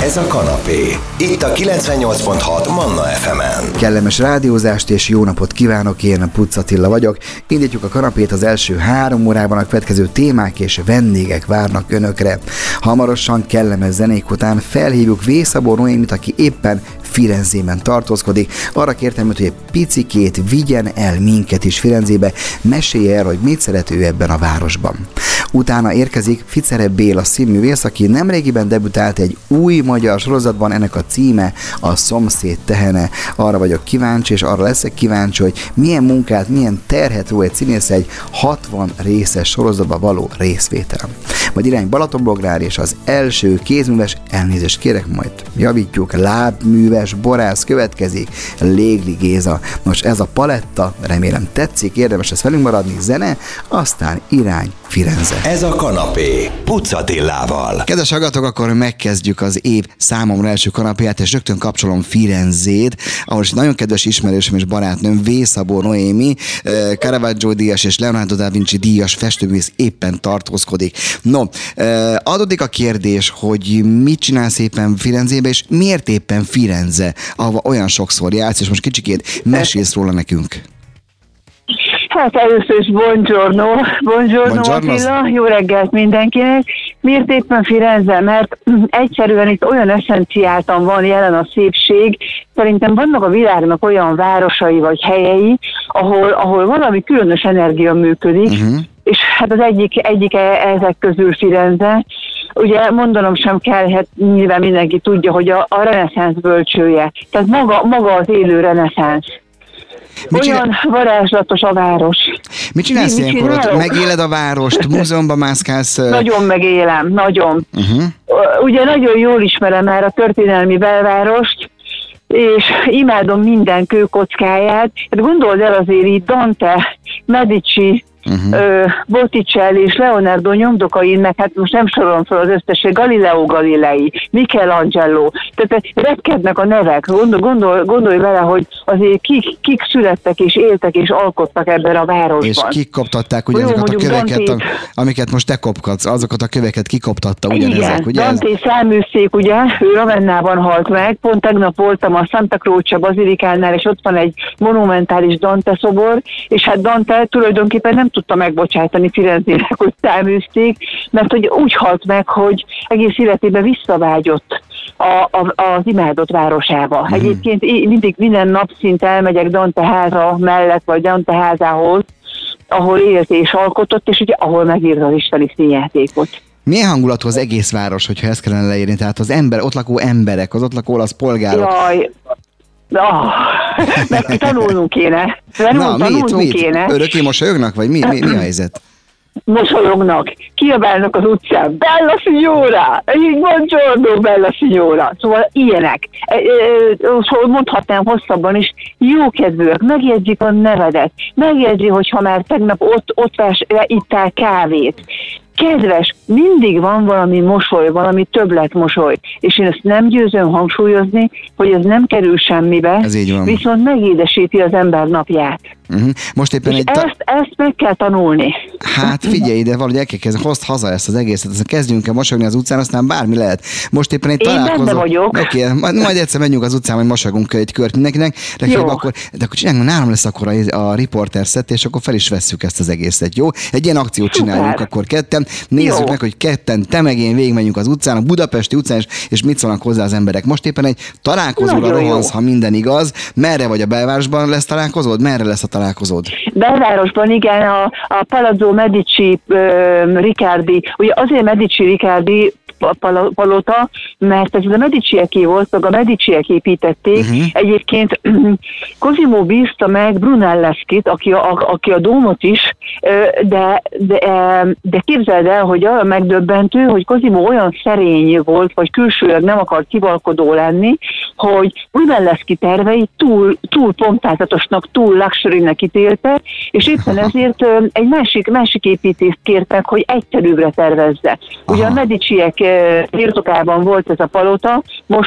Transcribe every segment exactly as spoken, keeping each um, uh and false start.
Ez a kanapé. Itt a kilencvennyolc pont hat Manna ef emen. Kellemes rádiózást és jó napot kívánok, én Pucz Attila vagyok. Indítjuk a kanapét, az első három órában a következő témák és vendégek várnak önökre. Hamarosan kellemes zenék után felhívjuk Vészabó Noémit, aki éppen Firenzében tartózkodik. Arra kértem őt, hogy egy picikét vigyen el minket is Firenzébe, mesélje el, hogy mit szeret ő ebben a városban. Utána érkezik Ficere Béla színművész, aki nemrégiben debütált egy új magyar sorozatban, ennek a címe a Szomszéd tehene. Arra vagyok kíváncsi, és arra leszek kíváncsi, hogy milyen munkát, milyen terhet ró egy színész egy hatvan részes sorozatban való részvétel. Majd irány Balatonbográr, és az első kézműves, elnézést kérek, majd javítjuk, lábműves borász következik, Légli Géza. Most ez a paletta, remélem tetszik, érdemes lesz velünk maradni, zene, aztán irány Firenze. Ez a kanapé Pucz Attilával. Kedves hallgatók, akkor megkezdjük az év számomra első kanapéját, és rögtön kapcsolom Firenzét, ahol is nagyon kedves ismerősöm és barátnőm, Vészabó Noémi, Caravaggio díjas és Leonardo da Vinci díjas festőművész éppen tartózkodik. No, adódik a kérdés, hogy mit csinálsz éppen Firenzébe, és miért éppen Firenze, ahova olyan sokszor jársz, és most kicsikét mesélsz róla nekünk. Hát először is buongiorno, buongiorno Attila, jó reggelt mindenkinek. Miért éppen Firenze? Mert egyszerűen itt olyan eszenciáltan van jelen a szépség. Szerintem vannak a világnak olyan városai vagy helyei, ahol, ahol valami különös energia működik, uh-huh. és hát az egyik, egyik ezek közül Firenze. Ugye mondanom sem kell, hát nyilván mindenki tudja, hogy a, a reneszánsz bölcsője. Tehát maga, maga az élő reneszánsz. Mit olyan csinál... varázslatos a város. Mit csinálsz mit, ilyenkor ott? Megéled a várost, múzeumban mászkálsz? Nagyon megélem, nagyon. Uh-huh. Ugye nagyon jól ismerem már a történelmi belvárost, és imádom minden kőkockáját. Hát gondold el azért így Dante, Medici, Uh-huh. Botticelli és Leonardo nyomdokain, meg hát most nem sorolom fel az összesség, Galileo Galilei, Michelangelo, tehát repkednek a nevek. Gondol, gondol, gondolj vele, hogy azért kik, kik születtek és éltek és alkottak ebben a városban. És kik koptatták ugye ezeket a köveket, Dante, amiket most te kopkatsz, azokat a köveket kikoptatta ugyanezek, ugye? Dante száműszék, ugye, ő Ravennában halt meg, pont tegnap voltam a Santa Croce bazilikánál, és ott van egy monumentális Dante szobor, és hát Dante tulajdonképpen nem tudta megbocsátani Firenzének, hogy száműzték, mert hogy úgy halt meg, hogy egész életében visszavágyott a, a, az imádott városába. Mm. Egyébként mindig minden nap szinte elmegyek Dante háza mellett, vagy Dante házához, ahol élt és alkotott, és ugye ahol megírta az isteni színjátékot. Milyen hangulatú az egész város, hogyha ezt kellene leírni? Tehát az ember, ott lakó emberek, az ott lakó olasz polgárok. Jaj, oh, mert tanulnunk kéne. Na, mit, mit? Kéne. Örökké mosolyognak, vagy mi, mi, mi a helyzet? Mosolyognak, kiabálnak az utcán, Bella Signora, buongiorno Bella Signora, szóval ilyenek. Mondhatnám hosszabban is, jókedvűek, megjegyzik a nevedet, megjegyzi, hogyha már tegnap ott, ott vás, ittál kávét. Kedves, mindig van valami mosoly, valami többletmosoly, és én ezt nem győzöm hangsúlyozni, hogy ez nem kerül semmibe, ez így van. Viszont megédesíti az ember napját. Uh-huh. Most éppen és egy ta... ezt, ezt meg kell tanulni. Hát figyelj ide, valahogy el kell kezdeni, hozd haza ezt az egészet, aztán kezdjünk el mosogni az utcán, aztán bármi lehet. Most éppen egy találkozó. Én benne vagyok. Oké, okay, majd, majd egyszer menjünk az utcán, majd mosogunk egy kört mindenkinek, de akkor, de akkor csináljunk, nálam lesz akkor a, a riporter szett, és akkor fel is vesszük ezt az egészet, jó? Egy ilyen akciót csináljunk Szuper. Akkor ketten, nézzük jó. Meg, hogy ketten, te meg én végigmenjünk az utcán, a budapesti utcán, és, és mit szólnak hozzá az emberek. Most éppen egy találkozóra rohansz, ha minden igaz. Merre vagy a belvárosban lesz találkozód? Merre lesz a találkozód? Belvárosban igen, a, a Palazzo Medici uh, Riccardi, ugye azért Medici Riccardi palota, mert ez a Medicieké volt, meg a Mediciek építették. Uh-huh. Egyébként Cosimo bízta meg Brunelleszkit, aki a, a, aki a dómot is, de, de, de képzeld el, hogy olyan megdöbbentő, hogy Cosimo olyan szerény volt, vagy külsőleg nem akart kivalkodó lenni, hogy Brunelleszki tervei túl, túl pompázatosnak, túl luxury-nek ítélte, és éppen ezért egy másik, másik építést kértek, hogy egyszerűbbre tervezze. Ugye Aha. a Mediciek birtokában volt ez a palota, most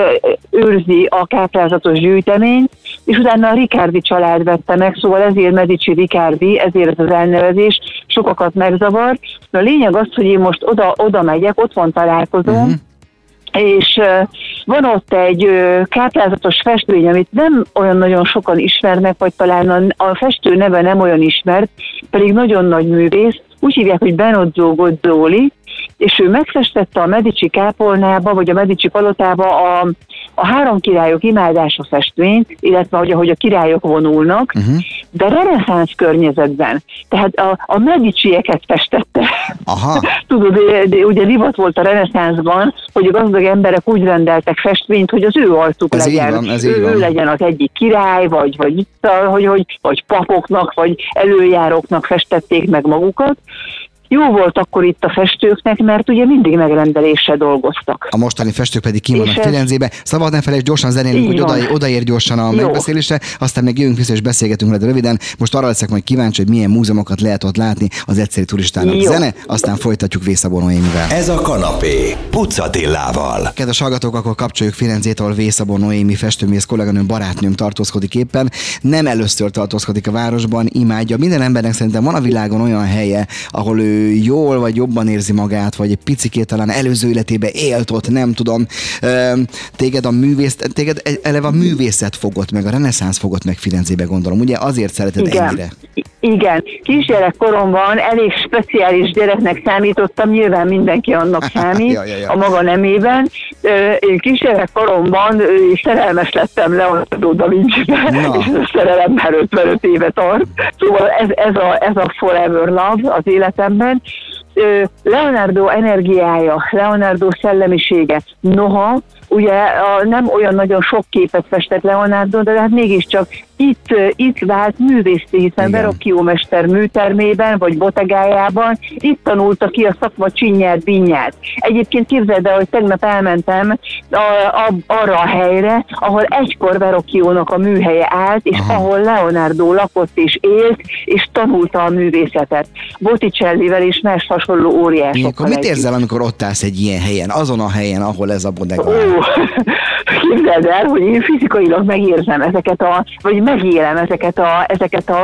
őrzi a káprázatos gyűjteményt, és utána a Riccardi család vette meg, szóval ezért Medici Riccardi, ezért ez az elnevezés sokakat megzavar. A lényeg az, hogy én most oda, oda megyek, ott van találkozom, uh-huh. és van ott egy káprázatos festmény, amit nem olyan nagyon sokan ismernek, vagy talán a festő neve nem olyan ismert, pedig nagyon nagy művész, úgy hívják, hogy Benozzo Gozzoli, és ő megfestette a Medici kápolnába, vagy a Medici palotába a, a három királyok imádása festményt, illetve hogy ahogy a királyok vonulnak, uh-huh. de reneszánsz környezetben. Tehát a, a Medicieket festette. Aha. Tudod, de, de ugye divat volt a reneszánszban, hogy a gazdag emberek úgy rendeltek festményt, hogy az ő arcuk ez legyen. Van, ez ő, ő legyen az egyik király, vagy, vagy, vagy, vagy, vagy papoknak, vagy előjáróknak festették meg magukat. Jó volt akkor itt a festőknek, mert ugye mindig megrendeléssel dolgoztak. A mostani festők pedig ki vannak Firenzébe. Szabad ne felejtsd, gyorsan zenélünk, hogy oda, odaér gyorsan a Jó. megbeszélésre, aztán meg jövünk vissza és beszélgetünk veled röviden. Most arra leszek majd kíváncsi, hogy milyen múzeumokat lehet ott látni az egyszerű turistának. Jó. Zene, aztán folytatjuk Vészabó Noémivel. Ez a kanapé Pucz Attilával. Kedves hallgatók, akkor kapcsoljuk Firenzét, ahol Vészabó Noémi festőművész kolléganőm, barátnőm tartózkodik éppen. Nem először tartózkodik a városban, imádja. Minden embernek szerintem van a világon olyan helye, ahol ő jól vagy jobban érzi magát, vagy egy picikét talán előző életében élt ott, nem tudom. Téged a művész, téged eleve a művészet fogott meg, a reneszánsz fogott meg Firenzébe, gondolom. Ugye azért szereted Igen. ennyire? Igen. Kisgyerekkoromban elég speciális gyereknek számítottam, nyilván mindenki annak számít, ja, ja, ja. a maga nemében. Én kisgyerekkoromban szerelmes lettem Leonardo da Vincibe, és ez a szerelem már ötvenöt éve tart. Szóval ez, ez, a, ez a forever love az életemben. Leonardo energiája, Leonardo szellemisége, noha ugye a, nem olyan nagyon sok képet festett Leonardo, de hát mégiscsak itt, itt vált művészté, hiszen Verrocchio mester műtermében, vagy botegájában itt tanulta ki a szakma csinyát, binyát. Egyébként képzeld el, hogy tegnap elmentem a, a, arra a helyre, ahol egykor Verrocchionak a műhelye állt, és Aha. ahol Leonardo lakott és élt, és tanulta a művészetet. Botticellivel és más hasonló óriásokkal. Akkor mit érzel, amikor ott állsz egy ilyen helyen, azon a helyen, ahol ez a bodega áll? Képzeld el, hogy én fizikailag megérzem ezeket a, vagy megélem ezeket a, ezeket a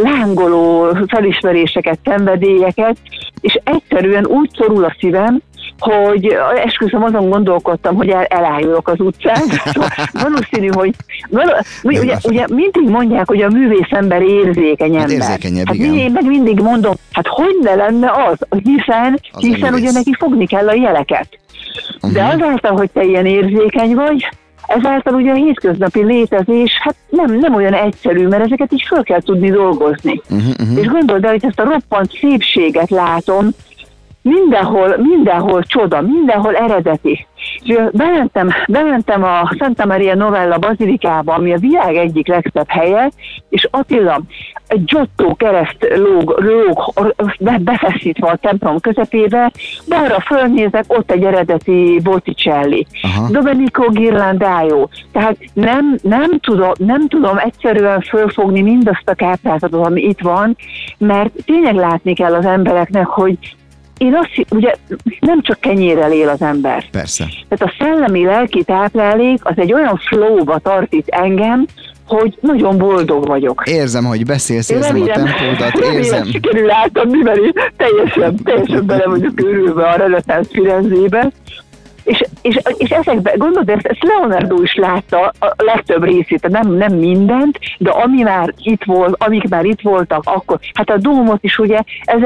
lángoló felismeréseket, szenvedélyeket, és egyszerűen úgy szorul a szívem, hogy esküszöm, azon gondolkodtam, hogy el, elájulok az utcán. Valószínű, hogy való, ugye, ugye mindig mondják, hogy a művész ember érzékeny ember. Hát érzékenyebb, hát igen. Én meg mindig mondom, hát hogy ne lenne az, hiszen, az hiszen ugye neki fogni kell a jeleket. Uh-huh. De azáltal, hogy te ilyen érzékeny vagy, ezáltal ugye a hétköznapi létezés hát nem, nem olyan egyszerű, mert ezeket is föl kell tudni dolgozni. Uh-huh, uh-huh. És gondold el, hogy ezt a roppant szépséget látom, mindenhol, mindenhol csoda, mindenhol eredeti. És bementem, bementem a Santa Maria Novella bazilikába, ami a világ egyik legszebb helye, és Attila, egy Giotto kereszt lóg, lóg befeszítve a templom közepébe, balra fölnézek, ott egy eredeti Botticelli. Aha. Domenico Ghirlandaio. Tehát nem, nem, tudom, nem tudom egyszerűen fölfogni mindazt a káprázatot, ami itt van, mert tényleg látni kell az embereknek, hogy én azt, ugye nem csak kenyérrel él az ember. Persze. Tehát a szellemi lelki táplálék az egy olyan flow-ba tart itt engem, hogy nagyon boldog vagyok. Érzem, hogy beszélsz, érzem remélem, a tempódat, érzem. Remélem, sikerül átadni, mert én teljesen, teljesen bele vagyok őrülve a reneszánsz Firenzébe. És, és, és ezekben, gondolod, ezt, ezt Leonardo is látta a legtöbb részét, nem, nem mindent, de ami már itt volt, amik már itt voltak, akkor, hát a Dómot is ugye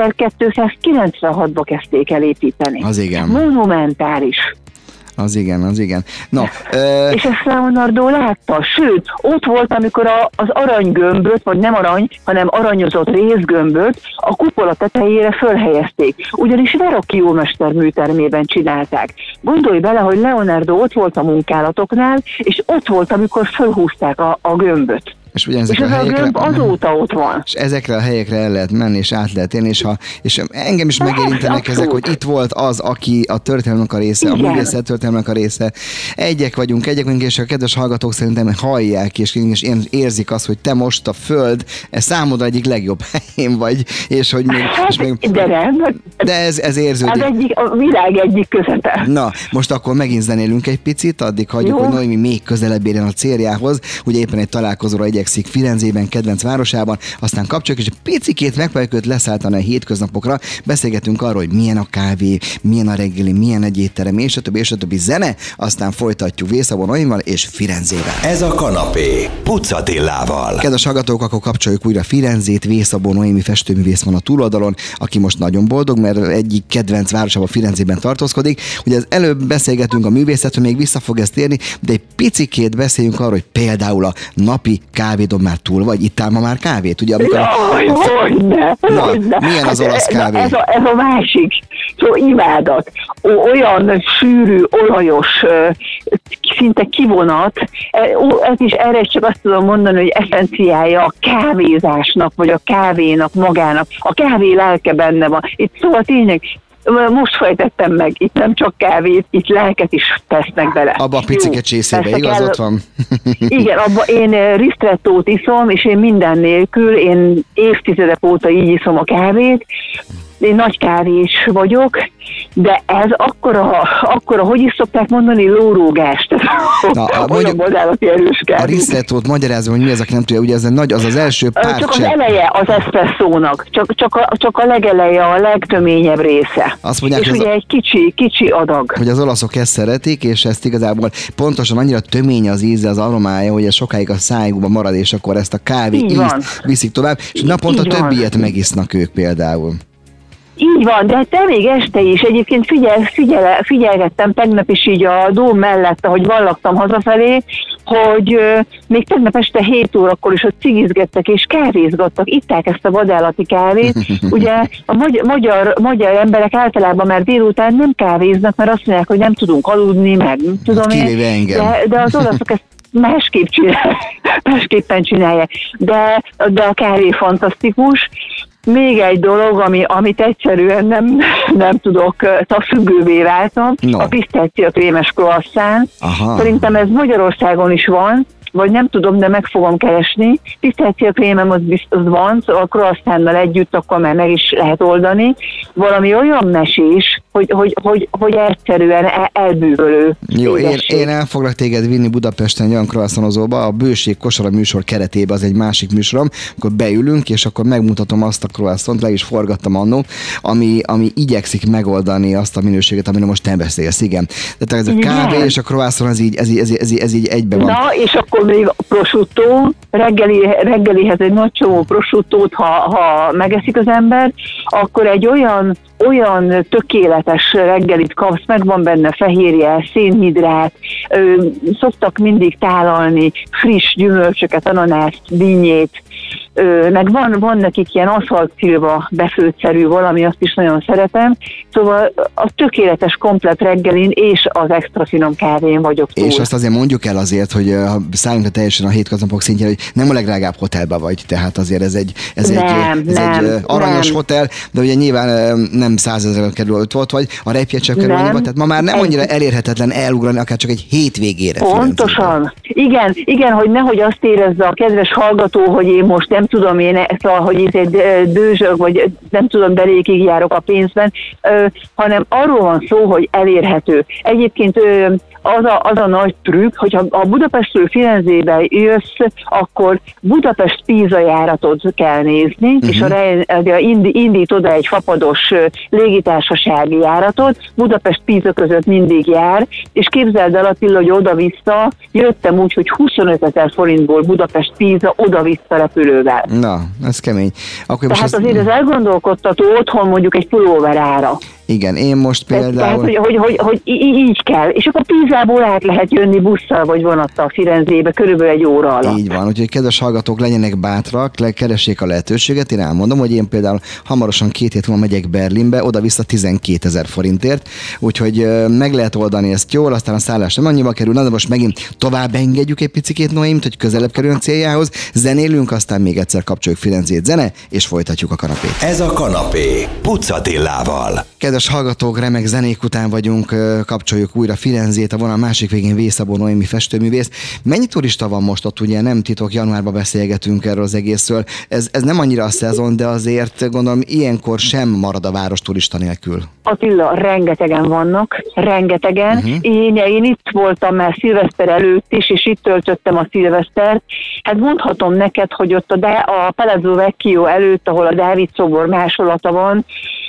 ezerkétszázkilencvenhatban kezdték el építeni. Az igen. Monumentális. Az igen, az igen. No, ö... És ezt Leonardo látta, sőt, ott volt, amikor a, az aranygömböt, vagy nem arany, hanem aranyozott részgömböt a kupola tetejére fölhelyezték. Ugyanis Verrocchio mester műtermében csinálták. Gondolj bele, hogy Leonardo ott volt a munkálatoknál, és ott volt, amikor fölhúzták a, a gömböt. És, és a, ez helyekre, a gömb azóta ott van. És ezekre a helyekre el lehet menni, és át lehet élni, és, ha, és engem is megérintenek ezek, hogy itt volt az, aki a történelmnek a része, igen. a művészet történelmnek a része. Egyek vagyunk, egyek vagyunk, és a kedves hallgatók szerintem hallják, és, és érzik azt, hogy te most a Föld, ez számodra egyik legjobb helyén vagy, és hogy még... Hát, és még de nem. De ez, ez érződik. Az egyik, a világ egyik közepe. Na, most akkor megint zenélünk egy picit, addig hagyjuk, Jó. hogy Noémi még közelebb érjen a céljához. Ugye éppen egy találkozóra egy igyekszik Firenzében, kedvenc városában, aztán kapcsoljuk, és picikét megpróbáljuk őt leszálltani a hétköznapokra, beszélgetünk arról, hogy milyen a kávé, milyen a reggeli, milyen egy étterem, és a többi, és a többi zene, aztán folytatjuk Vészabó Noémival és Firenzével. Ez a kanapé Puc Attilával. Kedves hallgatók, akkor kapcsoljuk újra Firenzét, Vészabó Noémi festőművész van a túloldalon, aki most nagyon boldog, mert egyik kedvenc városában, Firenzében tartózkodik. Ugye az előbb beszélgetünk a művészetről, még vissza fog ezt érni, de egy picikét beszéljünk arról, hogy például a napi kávédon már túl vagy, ittál ma már kávét, ugye? Amikor Jaj, a... hogyne, Na, hogyne. milyen az olasz kávé? Ez a, ez a másik, szóval imádat. Olyan sűrű, olajos, szinte kivonat, ez is erre csak azt tudom mondani, hogy eszenciája a kávézásnak, vagy a kávénak magának. A kávé lelke benne van. Itt szóval tényleg, most fejtettem meg, itt nem csak kávét, itt lelket is tesznek bele. Abba a picike csészébe, igaz, kell... ott van? Igen, abba én ristrettót iszom, és én minden nélkül, én évtizedek óta így iszom a kávét, én nagy kávés vagyok, de ez akkora, akkora, hogy is szokták mondani, lórógást. Na, olyan vadálati erős kávé. A ristrettót magyarázom, hogy mi az, aki nem tudja, ugye ez nagy, az az első pár Csak az csepp. eleje az eszpresszónak, csak, csak, a, csak a legeleje, a legtöményebb része. Azt mondják, és ugye a... egy kicsi, kicsi adag. Hogy az olaszok ezt szeretik, és ezt igazából pontosan annyira tömény az íze, az aromája, hogy ez sokáig a szájukban marad, és akkor ezt a kávé ízt viszik tovább, és naponta több ilyet megisznak ők például. Így van, de te még este is. Egyébként figyel, figyel, figyelgettem tegnap is így a dóm mellett, ahogy vallaktam hazafelé, hogy euh, még tegnap este hét órakor is ott cigizgettek és kávézgattak, itták ezt a vadállati kávét. Ugye a magyar, magyar, magyar emberek általában már délután nem kávéznak, mert azt mondják, hogy nem tudunk aludni, meg nem tudom Kivéve én. engem. De, de az olaszok ezt másképp csinálják, másképpen csinálják. De, de a kávé fantasztikus. Még egy dolog, ami, amit egyszerűen nem, nem tudok, tagfüggővé váltam, no. A pisztácia krémes croissant. Aha. Szerintem ez Magyarországon is van, vagy nem tudom, de meg fogom keresni. Pisztácia krémem az biztos van, szóval a croissannnal együtt akkor már meg is lehet oldani. Valami olyan mesés, hogy, hogy, hogy, hogy egyszerűen elbűvölő. Jó, én, én el foglak téged vinni Budapesten egy olyan croissanozóba, a Bőség kosara műsor keretében, az egy másik műsorom, akkor beülünk, és akkor megmutatom azt a croissant, le is forgattam annó, ami, ami igyekszik megoldani azt a minőséget, amiről most te beszélsz, igen. De ez a kávé és a croissant, ez így, ez így, ez így, ez így, ez így egybe van. Na, és akkor még a prosciutto, reggeli, reggelihez egy nagy csomó prosciuttót, ha, ha megeszik az ember, akkor egy olyan, olyan tökéletes reggelit kapsz, meg van benne fehérje, szénhidrát, ö, szoktak mindig tálalni friss gyümölcsöket, ananászt, dinnyét, ö, meg van, van nekik ilyen aszfaltszilva befőtszerű valami, azt is nagyon szeretem, szóval a tökéletes komplet reggelin és az extra finom kávén vagyok túl. És azt azért mondjuk el azért, hogy szálljunk le teljesen a hétköznapok szintjén, hogy nem a legdrágább hotelben vagy, tehát azért ez egy, ez nem, egy, ez nem, egy aranyos nem. hotel, de ugye nyilván nem százezerben kerül, ott volt vagy, a repjegy sem kerül annyiba, tehát ma már nem annyira elérhetetlen elugrani, akár csak egy hétvégére. Pontosan. Igen, igen, hogy nehogy azt érezze a kedves hallgató, hogy én most nem tudom én, szóval, hogy itt egy dőzsög, vagy nem tudom, belékig járok a pénzben, ö, hanem arról van szó, hogy elérhető. Egyébként ö, az a, az a nagy trükk, hogyha a Budapestről Firenzébe jössz, akkor Budapest-Pisa járatot kell nézni, uh-huh. és a, indi, indít oda egy fapados légitársasági járatot, Budapest-Pisa között mindig jár, és képzeld el, Attila, hogy oda-vissza jöttem úgy, hogy huszonöt ezer forintból Budapest-Pisa oda-vissza repülővel. Na, ez kemény. Akkor Tehát most azért ez... ez elgondolkodtató otthon mondjuk egy pulóver ára. Igen, én most például... Tehát, hogy, hogy, hogy, hogy így kell. És akkor Pizából át lehet jönni busszal vagy vonattal Firenzébe körülbelül egy óra alatt. Így van, úgyhogy kedves hallgatók, legyenek bátrak, keressék a lehetőséget. Én elmondom, hogy én például hamarosan két hét múlva megyek Berlinbe, oda-vissza tizenkétezer forintért, úgyhogy meg lehet oldani ezt jól, aztán a szállás nem annyiba kerül, de most megint tovább engedjük egy picikét Noémit, hogy közelebb kerüljön céljához, zenélünk, aztán még egyszer kapcsoljuk Firenzét, zene, és folytatjuk a kanapét. Ez a kanapé Puc Attilával. Kedves Kedves hallgatók, remek zenék után vagyunk, kapcsoljuk újra Firenzét, a vonal másik végén Vészabó Noémi festőművész. Mennyi turista van most ott, ugye nem titok, januárban beszélgetünk erről az egészről. Ez, ez nem annyira a szezon, de azért gondolom ilyenkor sem marad a város turista nélkül. Attila, rengetegen vannak, rengetegen. Uh-huh. Én, én itt voltam már szilveszter előtt is, és itt töltöttem a szilvesztert. Hát mondhatom neked, hogy ott a, a Palazzo Vecchio előtt, ahol a Dávid szobor másolata van,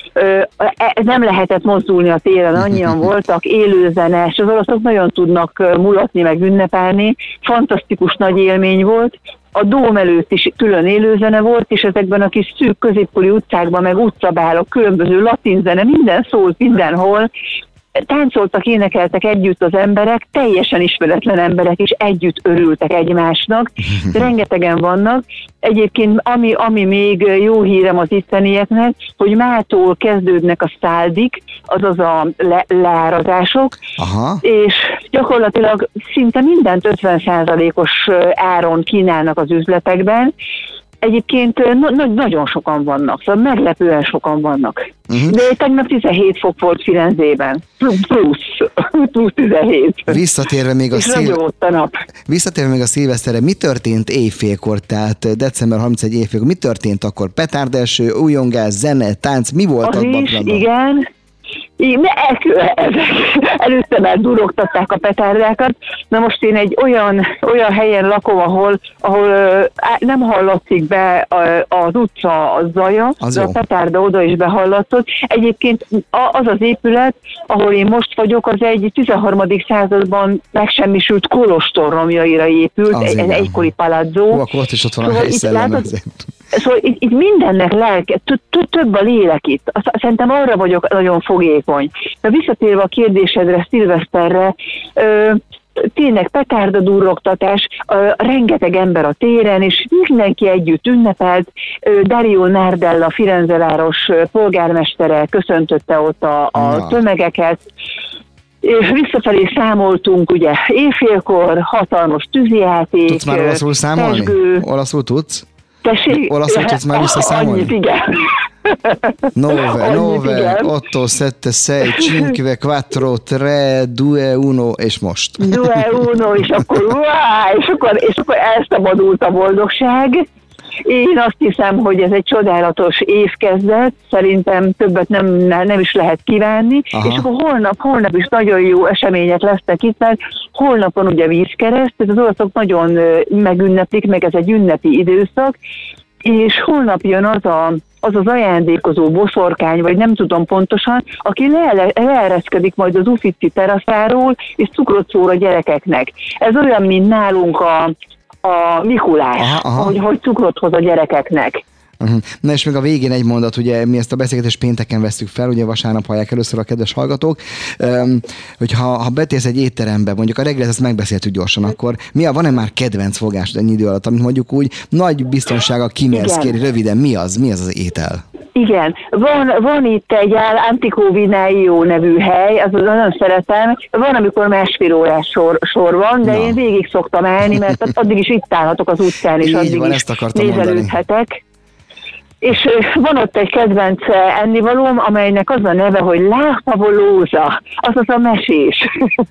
ez nem lehetett mozdulni a téren, annyian voltak, élőzene, és az oroszok nagyon tudnak mulatni, meg ünnepelni, fantasztikus nagy élmény volt. A dóm előtt is külön élőzene volt, és ezekben a kis szűk középkori utcákban, meg utcabálok, különböző latinzene, minden szólt mindenhol, táncoltak, énekeltek együtt az emberek, teljesen ismeretlen emberek is együtt örültek egymásnak, rengetegen vannak. Egyébként ami, ami még jó hírem az ittenieknek, hogy mától kezdődnek a száldik, azaz a le, leárazások, aha, és gyakorlatilag szinte mindent ötven százalékos áron kínálnak az üzletekben. Egyébként na- nagyon sokan vannak, szóval meglepően sokan vannak. Uh-huh. De tegnap tizenhét fok volt Firenzében. Plusz, plusz tizenhét. Visszatérve még a, szív... Visszatérve még a szilveszterre, mi történt éjfélkor, tehát december harmincegyedike éjfélkor, mi történt akkor? Petárdeső, újongás, zene, tánc, mi volt az abban? Is, igen. Igen, előtte már durogtatták a petárdákat. Na most én egy olyan, olyan helyen lakom, ahol, ahol nem hallatszik be az utca a zaja, az de a petárda oda is behallatszott. Egyébként az az épület, ahol én most vagyok, az egy tizenharmadik században megsemmisült kolostor romjaira épült, az egy, egy egykori palazzo. Ó, akkor ott is ott van a helyszellem. Szóval itt, itt mindennek lelke, több a lélek itt. Szerintem arra vagyok nagyon fogékony. De visszatérve a kérdésedre, szilveszterre, ö, tényleg petárda durrogtatás, ö, rengeteg ember a téren, és mindenki együtt ünnepelt. Ö, Dario Nardella, Firenze város polgármestere köszöntötte ott a, a tömegeket. Visszafelé számoltunk, ugye éjfélkor, hatalmas tűzijáték. Tudsz már olaszul számolni? Pesgő. Olaszul tudsz? Tessék, olaszul tudsz már visszaszámolni? Annyit, igen. nove, nove, otto, sette, sei, cinque, quattro, tre, due, uno, és most. Due, uno, és akkor, uá, és akkor, és akkor elszabadult a boldogság. Én azt hiszem, hogy ez egy csodálatos évkezdet, szerintem többet nem, nem is lehet kívánni, aha, és akkor holnap, holnap is nagyon jó események lesznek itt, mert holnapon ugye vízkereszt, ez az oroszok nagyon megünneplik, meg ez egy ünnepi időszak, és holnap jön az a, az, az ajándékozó boszorkány, vagy nem tudom pontosan, aki le, leereszkedik majd az Uffizi teraszáról, és cukrot szór a gyerekeknek. Ez olyan, mint nálunk a a Mikulás, aha, aha. Hogy, hogy cukrot hoz a gyerekeknek. Uh-huh. Na és még a végén egy mondat, ugye mi ezt a beszélgetést pénteken vesztük fel, ugye vasárnap hallják először a kedves hallgatók, um, hogy ha, ha betérsz egy étterembe, mondjuk a reggelet ezt megbeszéltük gyorsan, akkor mi a, van-e már kedvenc fogásod ennyi idő alatt, amit mondjuk úgy nagy biztonsággal kimersz kérni, röviden, mi az, mi az az étel? Igen, van, van itt egy Antico Vinaio nevű hely, az nagyon szeretem, van, amikor másfél órás sor, sor van, de na, én végig szoktam állni, mert addig is itt állhatok az utcán, és így addig van, is nézelődhetek. És van ott egy kedvenc ennivalóm, amelynek az a neve, hogy La Favolosa, azaz a mesés.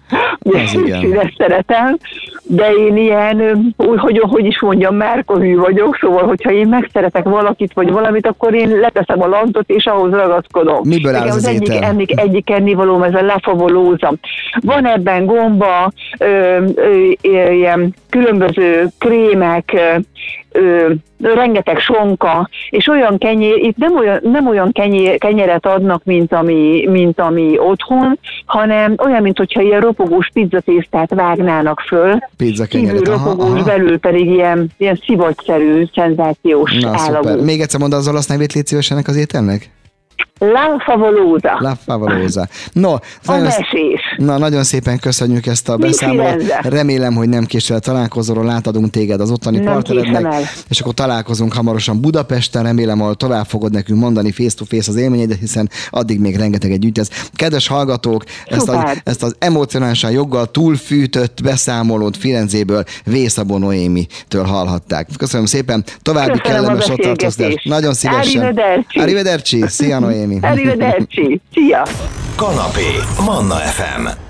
Ezt szeretem, de én ilyen, hogy, hogy is mondjam, márkahű vagyok, szóval, hogyha én megszeretek valakit, vagy valamit, akkor én leteszem a lantot, és ahhoz ragaszkodom. Miből áll az, az egyik, egyik, egyik ennivalóm, ez a La Favolosa. Van ebben gomba, ö, ö, ö, ilyen különböző krémek, ö, rengeteg sonka, és olyan kenyér, itt nem olyan, nem olyan kenyér, kenyeret adnak, mint ami, mint ami otthon, hanem olyan, mint hogyha ilyen ropogós pizzatésztát vágnának föl. Pizzakenyeret, aha, ropogós, aha. Belül pedig ilyen, ilyen szivagyszerű, szenzációs na, állagú. Szuper. Még egyszer mondd az olasz nevét, légy szíves ennek az ételnek? La Favolosa. La Favolosa. No, nagyon, na, nagyon szépen köszönjük ezt a beszámolót. Remélem, hogy nem később találkozóról látadunk téged az ottani partnerednek, és akkor találkozunk hamarosan Budapesten. Remélem, ahol tovább fogod nekünk mondani face-to-face az élményeidet, hiszen addig még rengeteg együtt ez. Kedves hallgatók, ezt az, ezt az emocionálisan joggal túlfűtött beszámolót Firenzéből Vészabó Noémitől hallhatták. Köszönöm szépen. További kellemes ott tartóztást. Nagyon szívesen. Arrivederci. Arrivederci. Szia, Noémi. Arrivederci. Szia! Kanapé, Manna ef em.